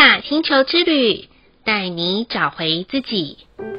雅星球之旅，带你找回自己。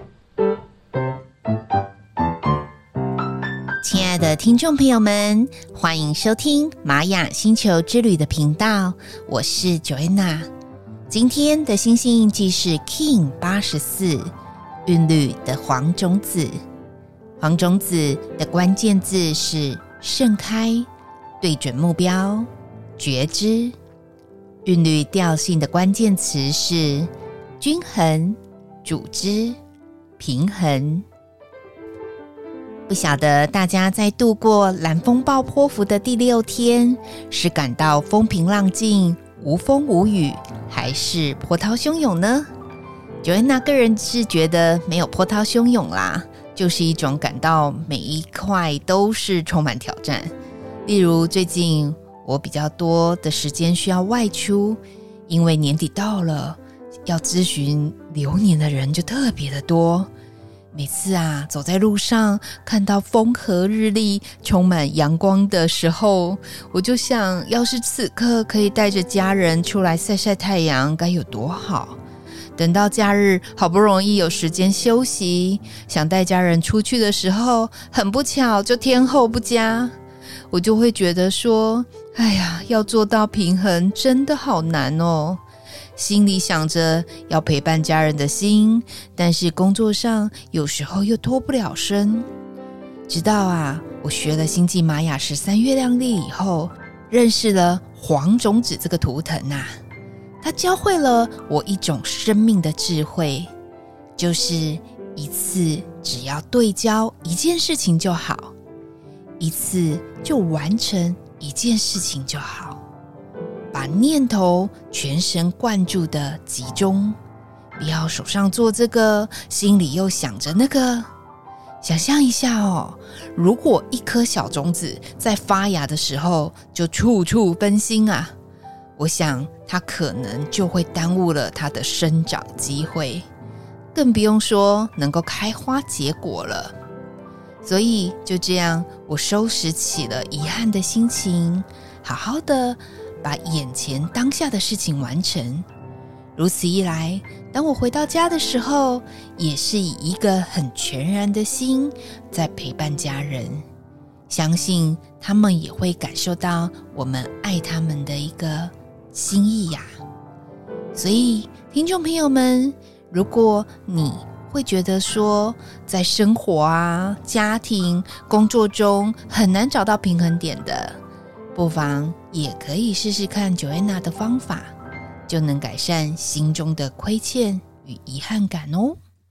亲爱的听众朋友们，欢迎收听玛雅星球之旅的频道，我是 Joanna。 今天的星星印记是 King 84韵律的黄种子。黄种子的关键字是盛开、对准目标、觉知。韵律调性的关键词是均衡、组织、平衡。不晓得大家在度过蓝风暴波符的第6天，是感到风平浪静、无风无雨，还是波涛汹涌呢？Joanna 个人是觉得没有波涛汹涌啦，就是一种感到每一块都是充满挑战。例如最近我比较多的时间需要外出，因为年底到了，要咨询流年的人就特别的多。每次走在路上看到风和日丽充满阳光的时候，我就想要是此刻可以带着家人出来晒晒太阳该有多好。等到假日好不容易有时间休息，想带家人出去的时候，很不巧就天候不佳，我就会觉得说，哎呀，要做到平衡真的好难哦。心里想着要陪伴家人的心，但是工作上有时候又脱不了身。直到我学了星际玛雅13月亮历以后，认识了黄种子这个图腾它教会了我一种生命的智慧，就是一次只要对焦一件事情就好，一次就完成一件事情就好，把念头全神贯注的集中，不要手上做这个，心里又想着那个。想象一下如果一颗小种子在发芽的时候就处处分心我想它可能就会耽误了它的生长机会，更不用说能够开花结果了。所以就这样，我收拾起了遗憾的心情，好好的把眼前当下的事情完成。如此一来，当我回到家的时候，也是以一个很全然的心在陪伴家人，相信他们也会感受到我们爱他们的一个心意所以听众朋友们，如果你会觉得说在生活家庭、工作中很难找到平衡点的，不妨也可以试试看 Joanna 的方法，就能改善心中的亏欠与遗憾感哦。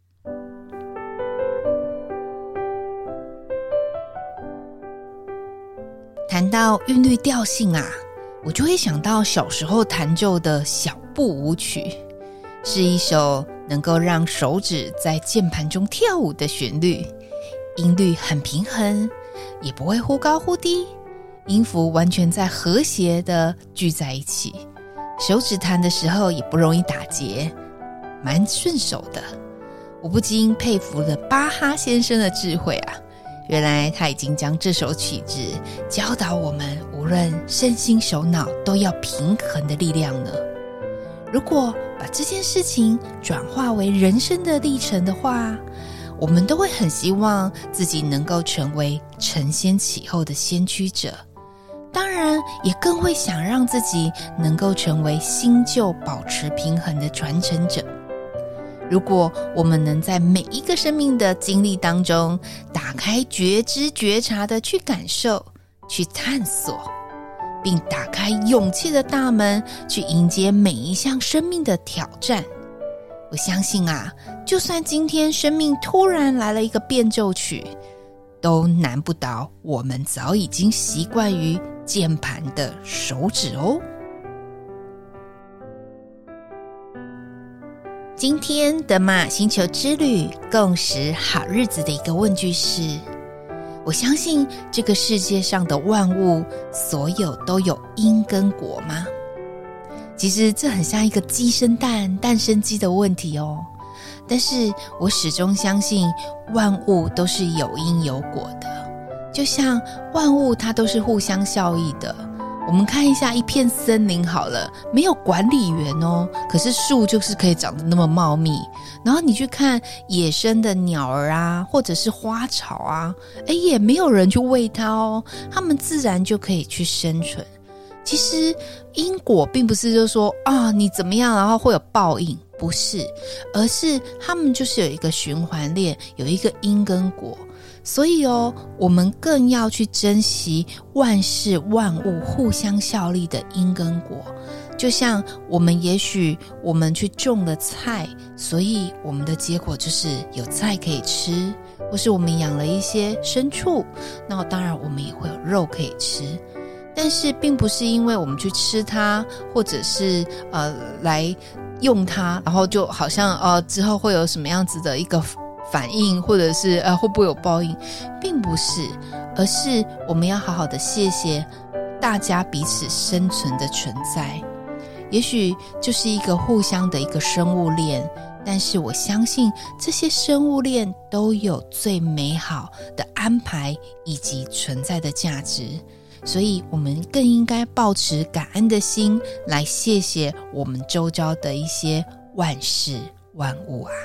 谈到韵律调性我就会想到小时候弹奏的小步舞曲，是一首能够让手指在键盘中跳舞的旋律，音律很平衡，也不会忽高忽低，音符完全在和谐的聚在一起，手指弹的时候也不容易打结，蛮顺手的。我不禁佩服了巴哈先生的智慧原来他已经将这首曲子教导我们，无论身心手脑都要平衡的力量呢。如果把这件事情转化为人生的历程的话，我们都会很希望自己能够成为承先启后的先驱者，当然也更会想让自己能够成为新旧保持平衡的传承者。如果我们能在每一个生命的经历当中打开觉知觉察的去感受、去探索，并打开勇气的大门去迎接每一项生命的挑战，我相信就算今天生命突然来了一个变奏曲，都难不倒我们早已经习惯于键盘的手指哦。今天的玛雅星球之旅共识好日子的一个问句是：我相信这个世界上的万物所有都有因跟果吗？其实这很像一个鸡生蛋蛋生鸡的问题但是我始终相信万物都是有因有果的，就像万物它都是互相效益的， 我们看一下一片森林好了，没有管理员哦，可是树就是可以长得那么茂密。然后你去看野生的鸟儿啊，或者是花草啊，也没有人去喂它哦，它们自然就可以去生存。其实因果并不是就是说你怎么样然后会有报应，不是，而是他们就是有一个循环链，有一个因跟果。所以我们更要去珍惜万事万物互相效力的因跟果。就像也许我们去种了菜，所以我们的结果就是有菜可以吃，或是我们养了一些牲畜，那当然我们也会有肉可以吃。但是并不是因为我们去吃它，或者是来用它，然后就好像之后会有什么样子的一个反应，或者是会不会有报应，并不是，而是我们要好好的谢谢大家彼此生存的存在。也许就是一个互相的一个生物链，但是我相信这些生物链都有最美好的安排以及存在的价值。所以我们更应该抱持感恩的心来谢谢我们周遭的一些万事万物啊。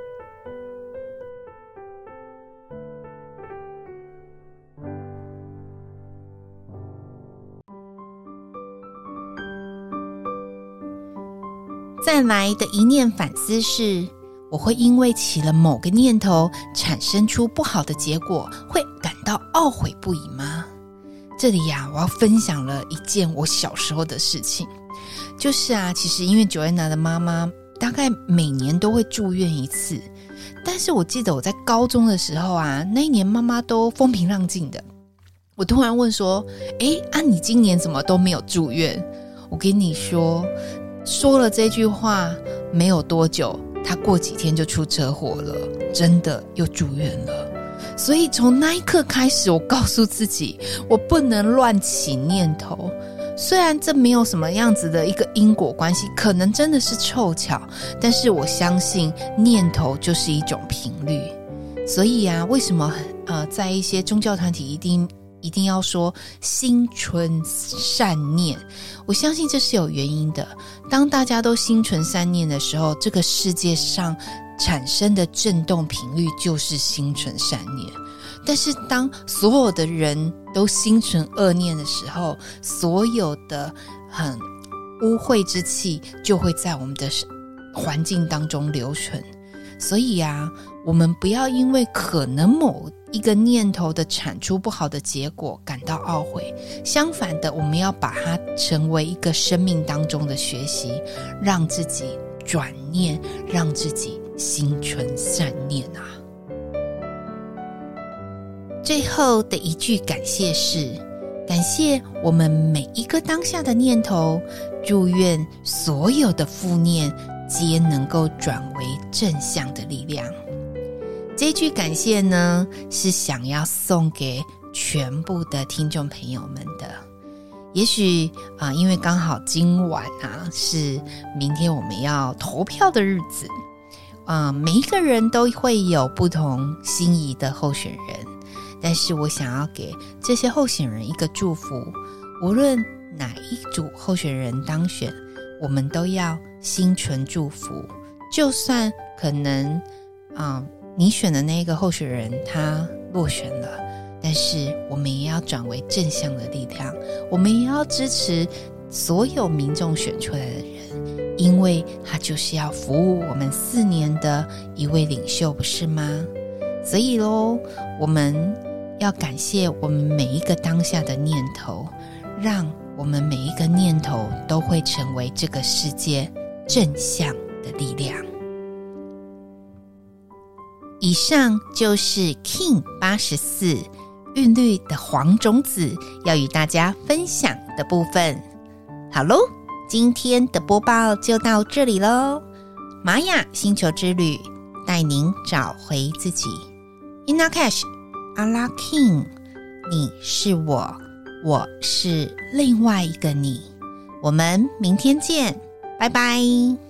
再来的一念反思是，我会因为起了某个念头产生出不好的结果，会感到懊悔不已吗？这里我要分享了一件我小时候的事情。就是其实因为 Joanna 的妈妈大概每年都会住院一次，但是我记得我在高中的时候那一年妈妈都风平浪静的。我突然问说你今年怎么都没有住院？我跟你说了这句话没有多久，她过几天就出车祸了，真的又住院了。所以从那一刻开始，我告诉自己，我不能乱起念头。虽然这没有什么样子的一个因果关系，可能真的是凑巧，但是我相信念头就是一种频率。所以为什么在一些宗教团体一定要说心存善念？我相信这是有原因的。当大家都心存善念的时候，这个世界上产生的震动频率就是心存善念。但是当所有的人都心存恶念的时候，所有的很污秽之气就会在我们的环境当中留存。所以我们不要因为可能某一个念头的产出不好的结果感到懊悔，相反的，我们要把它成为一个生命当中的学习，让自己转念，让自己心存善念最后的一句感谢是，感谢我们每一个当下的念头，祝愿所有的负念皆能够转为正向的力量。这句感谢呢，是想要送给全部的听众朋友们的。也许因为刚好今晚是明天我们要投票的日子，每一个人都会有不同心仪的候选人，但是我想要给这些候选人一个祝福，无论哪一组候选人当选，我们都要心存祝福。就算可能你选的那个候选人他落选了，但是我们也要转为正向的力量，我们也要支持所有民众选出来的人，因为他就是要服务我们4年的一位领袖，不是吗？所以我们要感谢我们每一个当下的念头，让我们每一个念头都会成为这个世界正向的力量。以上就是 King 84韵律的黄种子要与大家分享的部分。好咯，今天的播报就到这里咯。玛雅星球之旅带您找回自己。 Inna Cash 阿拉 King， 你是我，我是另外一个你。我们明天见，拜拜。